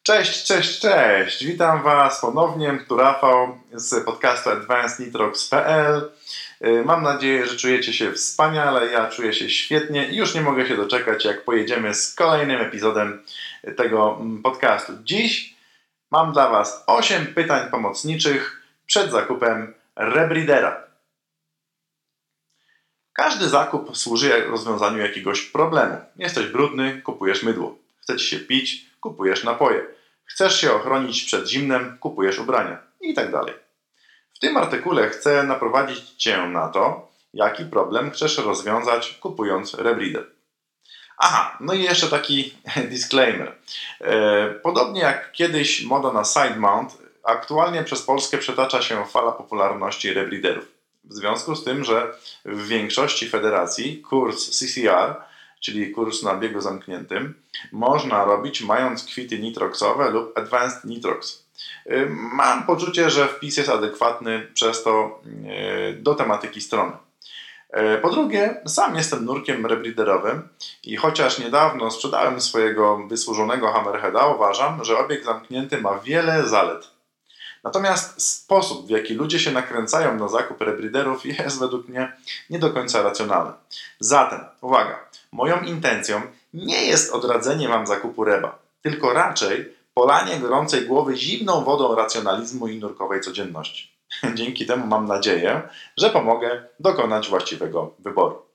Cześć! Witam Was ponownie, tu Rafał z podcastu advancednitrox.pl. Mam nadzieję, że czujecie się wspaniale, ja czuję się świetnie i już nie mogę się doczekać, jak pojedziemy z kolejnym epizodem tego podcastu. Dziś mam dla Was 8 pytań pomocniczych przed zakupem rebreedera. Każdy zakup służy rozwiązaniu jakiegoś problemu. Jesteś brudny, kupujesz mydło. Chce Ci się pić, kupujesz napoje. Chcesz się ochronić przed zimnem, kupujesz ubrania i tak dalej. W tym artykule chcę naprowadzić Cię na to, jaki problem chcesz rozwiązać, kupując rebreeder. Aha, no i jeszcze taki disclaimer. Podobnie jak kiedyś moda na side mount, aktualnie przez Polskę przetacza się fala popularności rebreederów. W związku z tym, że w większości federacji kurs CCR, czyli kurs na biegu zamkniętym, można robić mając kwity nitroxowe lub Advanced Nitrox. Mam poczucie, że wpis jest adekwatny przez to do tematyki strony. Po drugie, sam jestem nurkiem rebreederowym i chociaż niedawno sprzedałem swojego wysłużonego Hammerheada, uważam, że obieg zamknięty ma wiele zalet. Natomiast sposób, w jaki ludzie się nakręcają na zakup rebreederów jest według mnie nie do końca racjonalny. Zatem, uwaga, moją intencją nie jest odradzenie Wam zakupu reba, tylko raczej polanie gorącej głowy zimną wodą racjonalizmu i nurkowej codzienności. Dzięki temu mam nadzieję, że pomogę dokonać właściwego wyboru.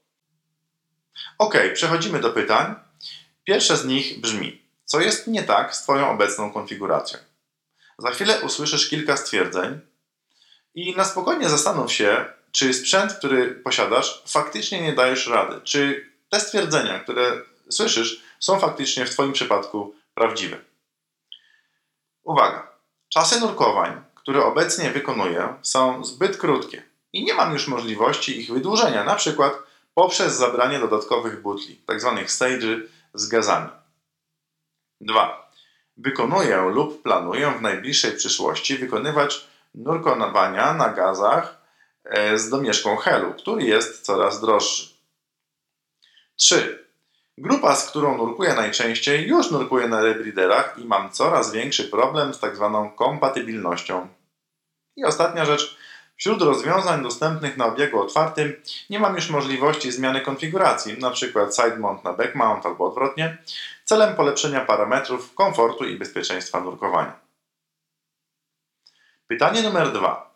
Ok, przechodzimy do pytań. Pierwsze z nich brzmi: co jest nie tak z Twoją obecną konfiguracją? Za chwilę usłyszysz kilka stwierdzeń i na spokojnie zastanów się, czy sprzęt, który posiadasz, faktycznie nie dajesz rady. Czy te stwierdzenia, które słyszysz, są faktycznie w Twoim przypadku prawdziwe. Uwaga! Czasy nurkowań, które obecnie wykonuję, są zbyt krótkie i nie mam już możliwości ich wydłużenia, na przykład poprzez zabranie dodatkowych butli, tzw. stage'y z gazami. 2. Wykonuję lub planuję w najbliższej przyszłości wykonywać nurkowania na gazach z domieszką helu, który jest coraz droższy. 3. Grupa, z którą nurkuję najczęściej, już nurkuje na rebreederach i mam coraz większy problem z tak zwaną kompatybilnością. I ostatnia rzecz. Wśród rozwiązań dostępnych na obiegu otwartym nie mam już możliwości zmiany konfiguracji, np. side mount na back mount albo odwrotnie, celem polepszenia parametrów komfortu i bezpieczeństwa nurkowania. Pytanie numer 2.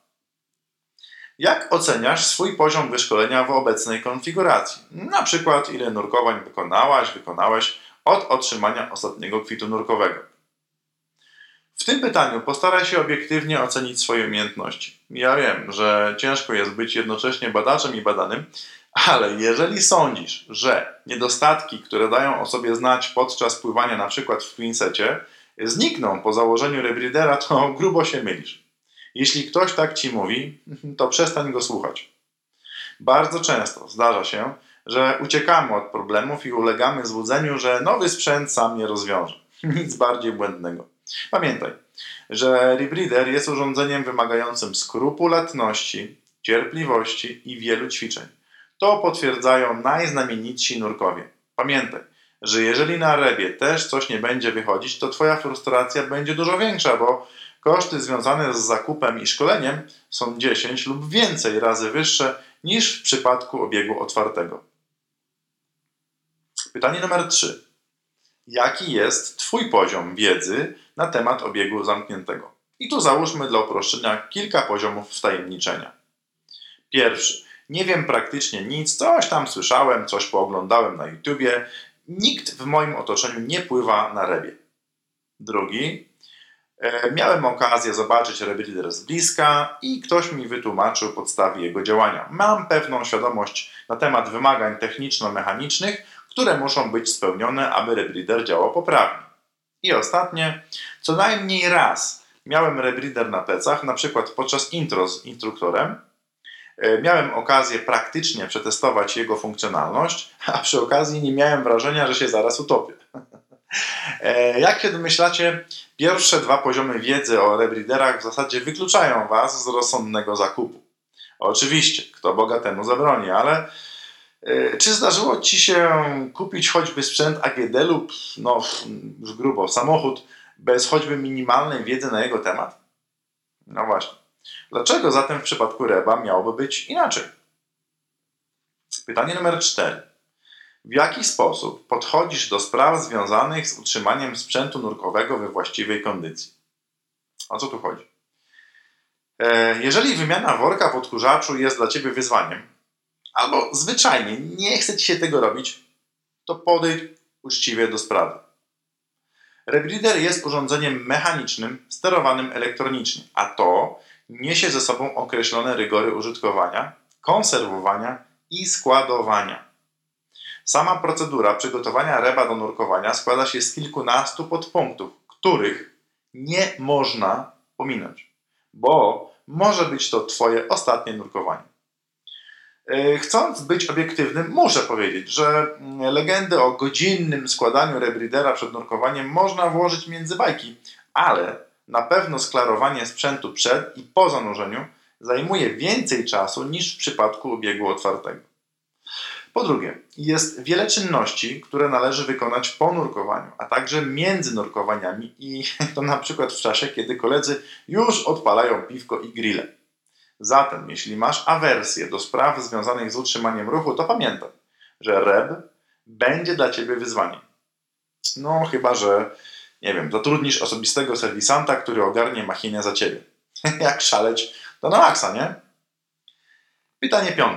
Jak oceniasz swój poziom wyszkolenia w obecnej konfiguracji? Na przykład ile nurkowań wykonałeś od otrzymania ostatniego kwitu nurkowego? W tym pytaniu postaraj się obiektywnie ocenić swoje umiejętności. Ja wiem, że ciężko jest być jednocześnie badaczem i badanym, ale jeżeli sądzisz, że niedostatki, które dają o sobie znać podczas pływania na przykład w Queensetie, znikną po założeniu rebreedera, to grubo się mylisz. Jeśli ktoś tak Ci mówi, to przestań go słuchać. Bardzo często zdarza się, że uciekamy od problemów i ulegamy złudzeniu, że nowy sprzęt sam je rozwiąże. Nic bardziej błędnego. Pamiętaj, że rebreeder jest urządzeniem wymagającym skrupulatności, cierpliwości i wielu ćwiczeń. To potwierdzają najznamienitsi nurkowie. Pamiętaj, że jeżeli na rebie też coś nie będzie wychodzić, to Twoja frustracja będzie dużo większa, bo koszty związane z zakupem i szkoleniem są 10 lub więcej razy wyższe niż w przypadku obiegu otwartego. Pytanie numer 3. Jaki jest Twój poziom wiedzy na temat obiegu zamkniętego? I tu załóżmy dla uproszczenia kilka poziomów wtajemniczenia. Pierwszy. Nie wiem praktycznie nic, coś tam słyszałem, coś pooglądałem na YouTubie. Nikt w moim otoczeniu nie pływa na rebie. Drugi. Miałem okazję zobaczyć rebreeder z bliska i ktoś mi wytłumaczył podstawy jego działania. Mam pewną świadomość na temat wymagań techniczno-mechanicznych, które muszą być spełnione, aby rebreeder działał poprawnie. I ostatnie, co najmniej raz miałem rebreeder na plecach, na przykład podczas intro z instruktorem. Miałem okazję praktycznie przetestować jego funkcjonalność, a przy okazji nie miałem wrażenia, że się zaraz utopię. Jak się domyślacie, pierwsze 2 poziomy wiedzy o rebreederach w zasadzie wykluczają Was z rozsądnego zakupu. Oczywiście, kto Boga temu zabroni, ale czy zdarzyło Ci się kupić choćby sprzęt AGD lub, już grubo, samochód bez choćby minimalnej wiedzy na jego temat? No właśnie. Dlaczego zatem w przypadku reba miałoby być inaczej? Pytanie numer 4. W jaki sposób podchodzisz do spraw związanych z utrzymaniem sprzętu nurkowego we właściwej kondycji? O co tu chodzi? Jeżeli wymiana worka w odkurzaczu jest dla Ciebie wyzwaniem, albo zwyczajnie nie chce Ci się tego robić, to podejdź uczciwie do sprawy. Rebreather jest urządzeniem mechanicznym sterowanym elektronicznie, a to niesie ze sobą określone rygory użytkowania, konserwowania i składowania. Sama procedura przygotowania reba do nurkowania składa się z kilkunastu podpunktów, których nie można pominąć, bo może być to Twoje ostatnie nurkowanie. Chcąc być obiektywnym, muszę powiedzieć, że legendy o godzinnym składaniu rebreathera przed nurkowaniem można włożyć między bajki, ale na pewno sklarowanie sprzętu przed i po zanurzeniu zajmuje więcej czasu niż w przypadku obiegu otwartego. Po drugie, jest wiele czynności, które należy wykonać po nurkowaniu, a także między nurkowaniami i to na przykład w czasie, kiedy koledzy już odpalają piwko i grille. Zatem, jeśli masz awersję do spraw związanych z utrzymaniem ruchu, to pamiętaj, że reb będzie dla Ciebie wyzwaniem. No chyba, że, nie wiem, zatrudnisz osobistego serwisanta, który ogarnie machinę za Ciebie. Jak szaleć, to na maksa, nie? Pytanie 5.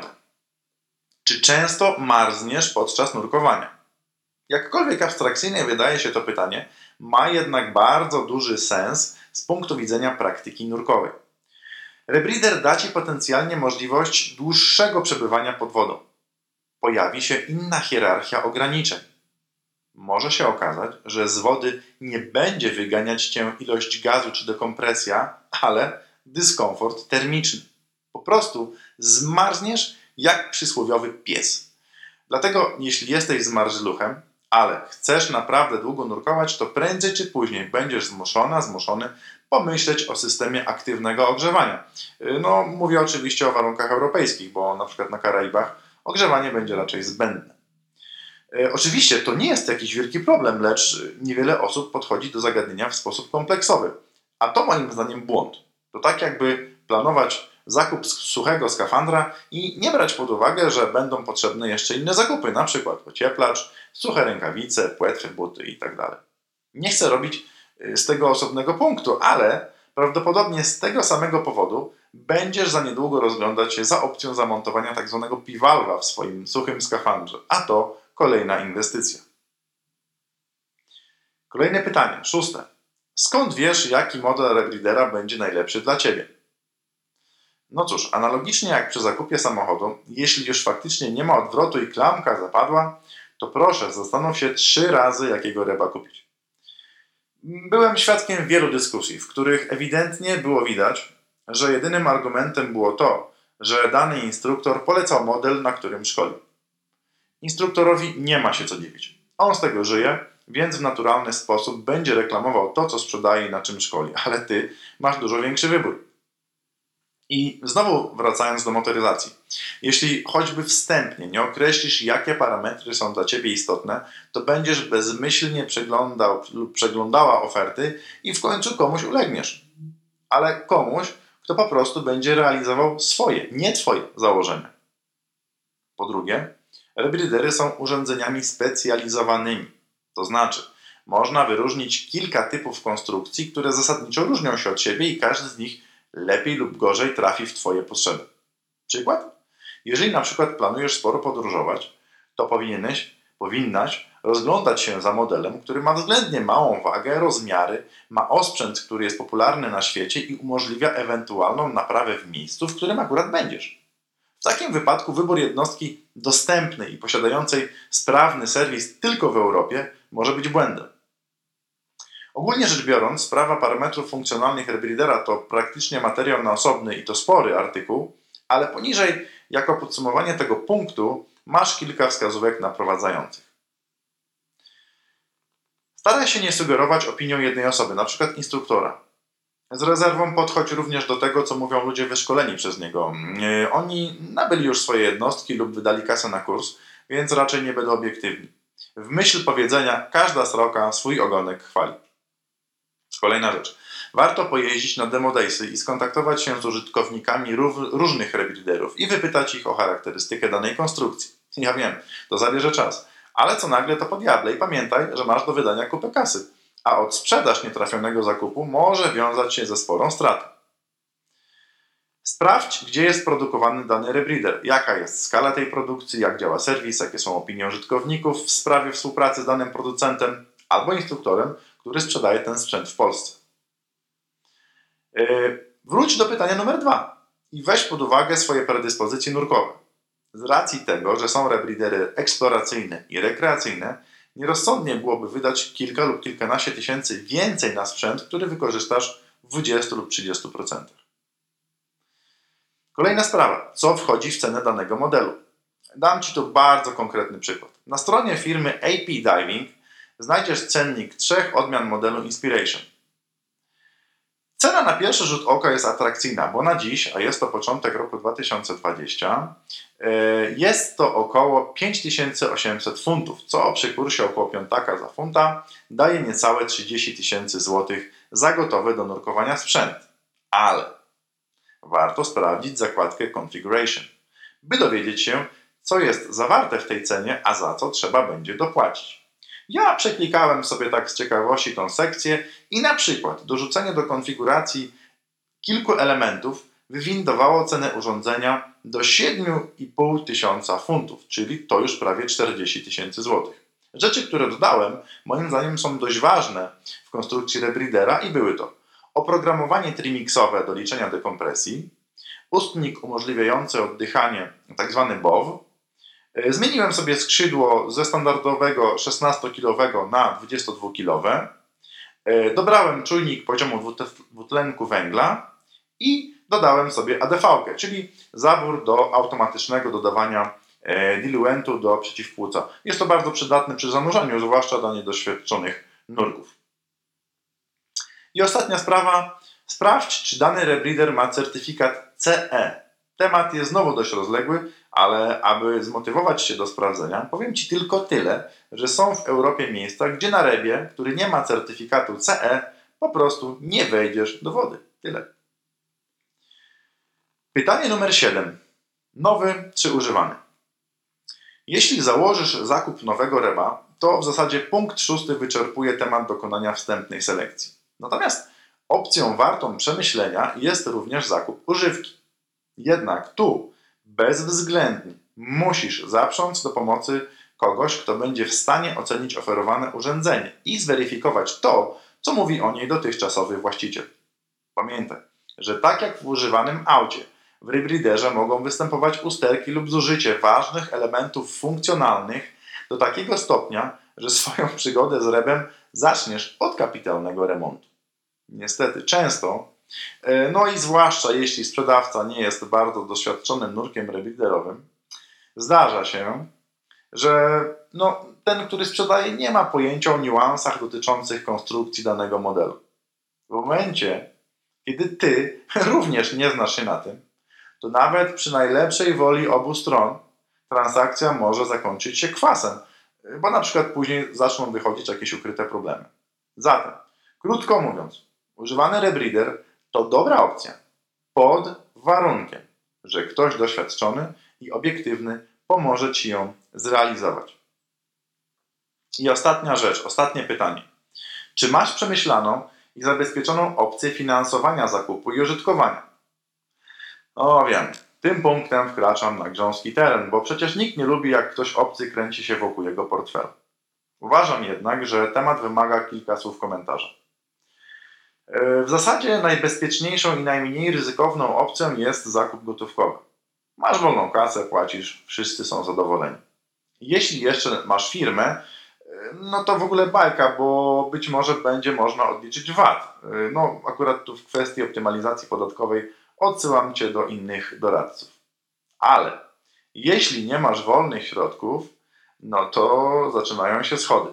Czy często marzniesz podczas nurkowania? Jakkolwiek abstrakcyjnie wydaje się to pytanie, ma jednak bardzo duży sens z punktu widzenia praktyki nurkowej. Rebreather da Ci potencjalnie możliwość dłuższego przebywania pod wodą. Pojawi się inna hierarchia ograniczeń. Może się okazać, że z wody nie będzie wyganiać Cię ilość gazu czy dekompresja, ale dyskomfort termiczny. Po prostu zmarzniesz jak przysłowiowy pies. Dlatego jeśli jesteś zmarzluchem, ale chcesz naprawdę długo nurkować, to prędzej czy później będziesz zmuszony pomyśleć o systemie aktywnego ogrzewania. No, mówię oczywiście o warunkach europejskich, bo na przykład na Karaibach ogrzewanie będzie raczej zbędne. Oczywiście to nie jest jakiś wielki problem, lecz niewiele osób podchodzi do zagadnienia w sposób kompleksowy. A to moim zdaniem błąd. To tak jakby planować zakup suchego skafandra i nie brać pod uwagę, że będą potrzebne jeszcze inne zakupy, na przykład ocieplacz, suche rękawice, płetwy, buty itd. Nie chcę robić z tego osobnego punktu, ale prawdopodobnie z tego samego powodu będziesz za niedługo rozglądać się za opcją zamontowania tzw. bivalva w swoim suchym skafandrze, a to kolejna inwestycja. Kolejne pytanie, 6. Skąd wiesz, jaki model rebreathera będzie najlepszy dla Ciebie? No cóż, analogicznie jak przy zakupie samochodu, jeśli już faktycznie nie ma odwrotu i klamka zapadła, to proszę zastanów się 3 razy, jakiego reba kupić. Byłem świadkiem wielu dyskusji, w których ewidentnie było widać, że jedynym argumentem było to, że dany instruktor polecał model, na którym szkoli. Instruktorowi nie ma się co dziwić. On z tego żyje, więc w naturalny sposób będzie reklamował to, co sprzedaje i na czym szkoli, ale Ty masz dużo większy wybór. I znowu wracając do motoryzacji. Jeśli choćby wstępnie nie określisz, jakie parametry są dla Ciebie istotne, to będziesz bezmyślnie przeglądał lub przeglądała oferty i w końcu komuś ulegniesz. Ale komuś, kto po prostu będzie realizował swoje, nie Twoje założenia. Po drugie, rebreathery są urządzeniami specjalizowanymi. To znaczy, można wyróżnić kilka typów konstrukcji, które zasadniczo różnią się od siebie i każdy z nich lepiej lub gorzej trafi w Twoje potrzeby. Przykład? Jeżeli na przykład planujesz sporo podróżować, to powinnaś rozglądać się za modelem, który ma względnie małą wagę, rozmiary, ma osprzęt, który jest popularny na świecie i umożliwia ewentualną naprawę w miejscu, w którym akurat będziesz. W takim wypadku wybór jednostki dostępnej i posiadającej sprawny serwis tylko w Europie może być błędem. Ogólnie rzecz biorąc, sprawa parametrów funkcjonalnych rebreathera to praktycznie materiał na osobny i to spory artykuł, ale poniżej, jako podsumowanie tego punktu, masz kilka wskazówek naprowadzających. Staraj się nie sugerować opinią jednej osoby, np. instruktora. Z rezerwą podchodź również do tego, co mówią ludzie wyszkoleni przez niego. Oni nabyli już swoje jednostki lub wydali kasę na kurs, więc raczej nie będą obiektywni. W myśl powiedzenia, każda sroka swój ogonek chwali. Kolejna rzecz. Warto pojeździć na demo daysy i skontaktować się z użytkownikami różnych rebreederów i wypytać ich o charakterystykę danej konstrukcji. Ja wiem, to zabierze czas, ale co nagle to po diable i pamiętaj, że masz do wydania kupę kasy, a odsprzedaż nietrafionego zakupu może wiązać się ze sporą stratą. Sprawdź, gdzie jest produkowany dany rebreeder, jaka jest skala tej produkcji, jak działa serwis, jakie są opinie użytkowników w sprawie współpracy z danym producentem albo instruktorem, który sprzedaje ten sprzęt w Polsce. Wróć do pytania numer 2 i weź pod uwagę swoje predyspozycje nurkowe. Z racji tego, że są rebreedery eksploracyjne i rekreacyjne, nierozsądnie byłoby wydać kilka lub kilkanaście tysięcy więcej na sprzęt, który wykorzystasz w 20 lub 30%. Kolejna sprawa. Co wchodzi w cenę danego modelu? Dam Ci tu bardzo konkretny przykład. Na stronie firmy AP Diving znajdziesz cennik 3 odmian modelu Inspiration. Cena na pierwszy rzut oka jest atrakcyjna, bo na dziś, a jest to początek roku 2020, jest to około 5800 funtów, co przy kursie około piątaka za funta daje niecałe 30 tysięcy złotych za gotowy do nurkowania sprzęt. Ale warto sprawdzić zakładkę Configuration, by dowiedzieć się, co jest zawarte w tej cenie, a za co trzeba będzie dopłacić. Ja przeklikałem sobie tak z ciekawości tą sekcję i na przykład dorzucenie do konfiguracji kilku elementów wywindowało cenę urządzenia do 7,5 tysiąca funtów, czyli to już prawie 40 tysięcy złotych. Rzeczy, które dodałem, moim zdaniem są dość ważne w konstrukcji rebreedera i były to oprogramowanie trimixowe do liczenia dekompresji, ustnik umożliwiający oddychanie, tzw. BOW. Zmieniłem sobie skrzydło ze standardowego 16-kilowego na 22-kilowe. Dobrałem czujnik poziomu dwutlenku węgla i dodałem sobie ADV-kę, czyli zawór do automatycznego dodawania diluentu do przeciwpłuca. Jest to bardzo przydatne przy zanurzaniu, zwłaszcza dla niedoświadczonych nurków. I ostatnia sprawa. Sprawdź, czy dany rebreeder ma certyfikat CE. Temat jest znowu dość rozległy, ale aby zmotywować się do sprawdzenia, powiem Ci tylko tyle, że są w Europie miejsca, gdzie na rebie, który nie ma certyfikatu CE, po prostu nie wejdziesz do wody. Tyle. Pytanie numer 7. Nowy czy używany? Jeśli założysz zakup nowego reba, to w zasadzie punkt 6 wyczerpuje temat dokonania wstępnej selekcji. Natomiast opcją wartą przemyślenia jest również zakup używki. Jednak tu bezwzględnie musisz zaprząc do pomocy kogoś, kto będzie w stanie ocenić oferowane urządzenie i zweryfikować to, co mówi o niej dotychczasowy właściciel. Pamiętaj, że tak jak w używanym aucie, w rebreederze mogą występować usterki lub zużycie ważnych elementów funkcjonalnych do takiego stopnia, że swoją przygodę z rebem zaczniesz od kapitalnego remontu. Niestety często, no i zwłaszcza jeśli sprzedawca nie jest bardzo doświadczonym nurkiem rebreederowym, zdarza się, że ten, który sprzedaje, nie ma pojęcia o niuansach dotyczących konstrukcji danego modelu. W momencie, kiedy Ty również nie znasz się na tym, to nawet przy najlepszej woli obu stron transakcja może zakończyć się kwasem, bo na przykład później zaczną wychodzić jakieś ukryte problemy. Zatem, krótko mówiąc, używany rebreeder to dobra opcja pod warunkiem, że ktoś doświadczony i obiektywny pomoże Ci ją zrealizować. I ostatnia rzecz, ostatnie pytanie. Czy masz przemyślaną i zabezpieczoną opcję finansowania zakupu i użytkowania? O wiem, tym punktem wkraczam na grząski teren, bo przecież nikt nie lubi, jak ktoś obcy kręci się wokół jego portfela. Uważam jednak, że temat wymaga kilka słów komentarza. W zasadzie najbezpieczniejszą i najmniej ryzykowną opcją jest zakup gotówkowy. Masz wolną kasę, płacisz, wszyscy są zadowoleni. Jeśli jeszcze masz firmę, no to w ogóle bajka, bo być może będzie można odliczyć VAT. No akurat tu w kwestii optymalizacji podatkowej odsyłam Cię do innych doradców. Ale jeśli nie masz wolnych środków, no to zaczynają się schody.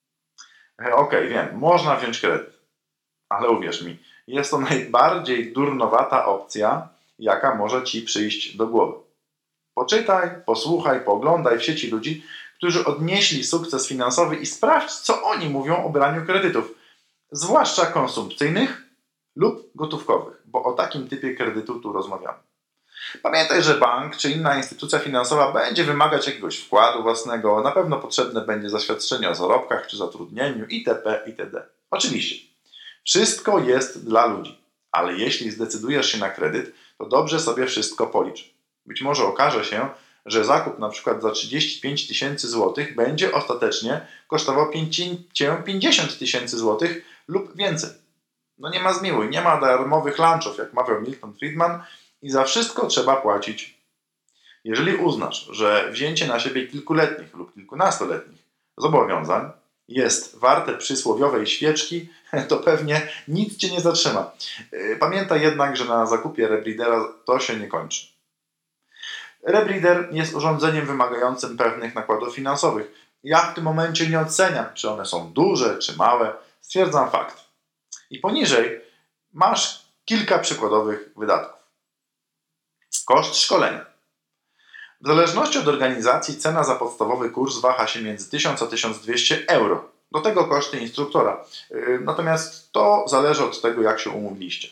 Okej, wiem, można wziąć kredyt. Ale uwierz mi, jest to najbardziej durnowata opcja, jaka może Ci przyjść do głowy. Poczytaj, posłuchaj, pooglądaj w sieci ludzi, którzy odnieśli sukces finansowy i sprawdź, co oni mówią o braniu kredytów. zwłaszcza konsumpcyjnych lub gotówkowych, bo o takim typie kredytu tu rozmawiamy. Pamiętaj, że bank czy inna instytucja finansowa będzie wymagać jakiegoś wkładu własnego, na pewno potrzebne będzie zaświadczenie o zarobkach czy zatrudnieniu itp. itd. Oczywiście, wszystko jest dla ludzi, ale jeśli zdecydujesz się na kredyt, to dobrze sobie wszystko policz. Być może okaże się, że zakup na przykład za 35 tysięcy złotych będzie ostatecznie kosztował Cię 50 tysięcy złotych lub więcej. No nie ma zmiłuj, nie ma darmowych lunchów, jak mawiał Milton Friedman, i za wszystko trzeba płacić. Jeżeli uznasz, że wzięcie na siebie kilkuletnich lub kilkunastoletnich zobowiązań jest warte przysłowiowej świeczki, to pewnie nic Cię nie zatrzyma. Pamiętaj jednak, że na zakupie rebreedera to się nie kończy. Rebreeder jest urządzeniem wymagającym pewnych nakładów finansowych. Ja w tym momencie nie oceniam, czy one są duże, czy małe. Stwierdzam fakt. I poniżej masz kilka przykładowych wydatków. Koszt szkolenia. W zależności od organizacji cena za podstawowy kurs waha się między 1000 a 1200 euro. Do tego koszty instruktora. Natomiast to zależy od tego, jak się umówiliście.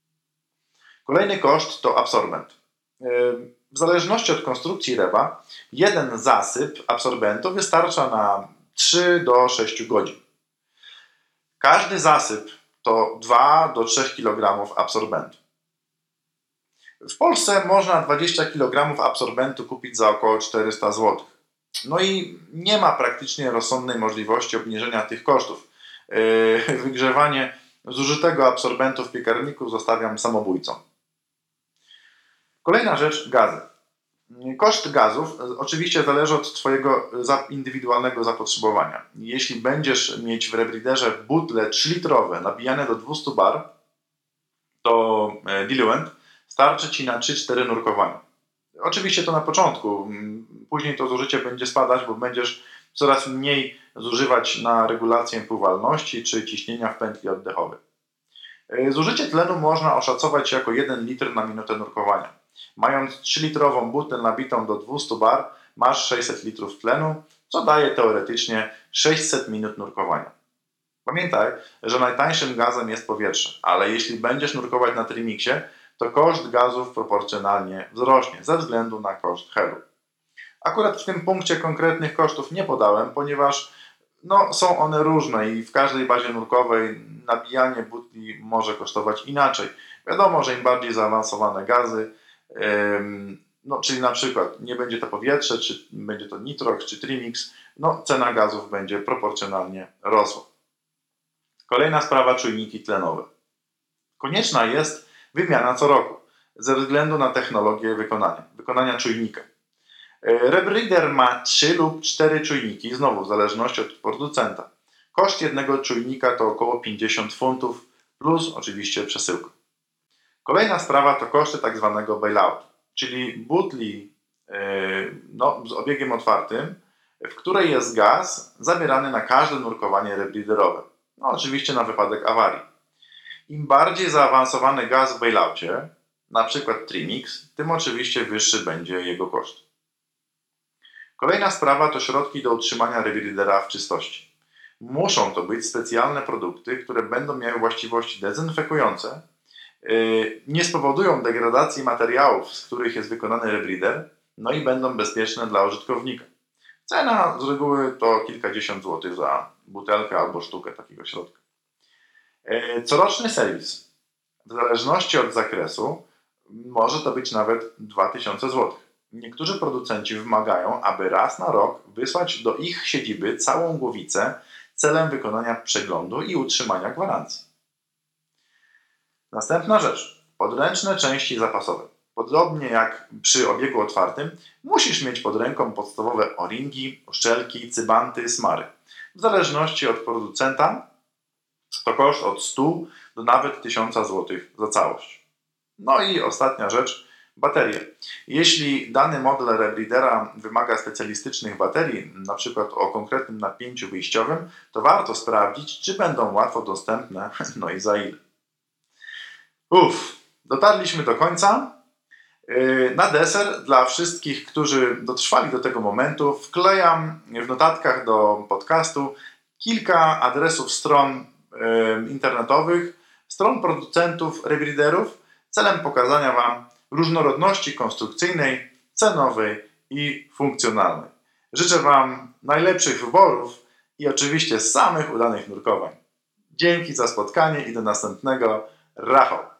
Kolejny koszt to absorbent. W zależności od konstrukcji reba, jeden zasyp absorbentu wystarcza na 3 do 6 godzin. Każdy zasyp to 2 do 3 kg absorbentu. W Polsce można 20 kg absorbentu kupić za około 400 zł. No i nie ma praktycznie rozsądnej możliwości obniżenia tych kosztów. Wygrzewanie zużytego absorbentu w piekarniku zostawiam samobójcom. Kolejna rzecz, gazy. Koszt gazów oczywiście zależy od Twojego indywidualnego zapotrzebowania. Jeśli będziesz mieć w rebreederze butle 3-litrowe nabijane do 200 bar, to diluent starczy Ci na 3-4 nurkowania. Oczywiście to na początku, później to zużycie będzie spadać, bo będziesz coraz mniej zużywać na regulację pływalności czy ciśnienia w pętli oddechowej. Zużycie tlenu można oszacować jako 1 litr na minutę nurkowania. Mając 3-litrową butlę nabitą do 200 bar, masz 600 litrów tlenu, co daje teoretycznie 600 minut nurkowania. Pamiętaj, że najtańszym gazem jest powietrze, ale jeśli będziesz nurkować na trimixie, to koszt gazów proporcjonalnie wzrośnie ze względu na koszt helu. Akurat w tym punkcie konkretnych kosztów nie podałem, ponieważ są one różne i w każdej bazie nurkowej nabijanie butli może kosztować inaczej. Wiadomo, że im bardziej zaawansowane gazy, czyli na przykład nie będzie to powietrze, czy będzie to nitrox, czy trimix, cena gazów będzie proporcjonalnie rosła. Kolejna sprawa, czujniki tlenowe. Konieczna jest wymiana co roku, ze względu na technologię wykonania czujnika. Rebreeder ma 3 lub 4 czujniki, znowu w zależności od producenta. Koszt jednego czujnika to około 50 funtów, plus oczywiście przesyłka. Kolejna sprawa to koszty tak zwanego bailoutu, czyli butli z obiegiem otwartym, w której jest gaz zabierany na każde nurkowanie rebreederowe. Oczywiście na wypadek awarii. Im bardziej zaawansowany gaz w bailoutie, na przykład trimix, tym oczywiście wyższy będzie jego koszt. Kolejna sprawa to środki do utrzymania rebreedera w czystości. Muszą to być specjalne produkty, które będą miały właściwości dezynfekujące, nie spowodują degradacji materiałów, z których jest wykonany rebreeder, i będą bezpieczne dla użytkownika. Cena z reguły to kilkadziesiąt złotych za butelkę albo sztukę takiego środka. Coroczny serwis. W zależności od zakresu może to być nawet 2000 zł. Niektórzy producenci wymagają, aby raz na rok wysłać do ich siedziby całą głowicę celem wykonania przeglądu i utrzymania gwarancji. Następna rzecz. Podręczne części zapasowe. Podobnie jak przy obiegu otwartym, musisz mieć pod ręką podstawowe o-ringi, uszczelki, cybanty, smary. W zależności od producenta to koszt od 100 do nawet 1000 zł za całość. I ostatnia rzecz. Baterie. Jeśli dany model rebreedera wymaga specjalistycznych baterii, np. o konkretnym napięciu wyjściowym, to warto sprawdzić, czy będą łatwo dostępne, i za ile. Dotarliśmy do końca. Na deser dla wszystkich, którzy dotrwali do tego momentu, wklejam w notatkach do podcastu kilka adresów stron internetowych, stron producentów rebreatherów celem pokazania Wam różnorodności konstrukcyjnej, cenowej i funkcjonalnej. Życzę Wam najlepszych wyborów i oczywiście samych udanych nurkowań. Dzięki za spotkanie i do następnego. Rafał.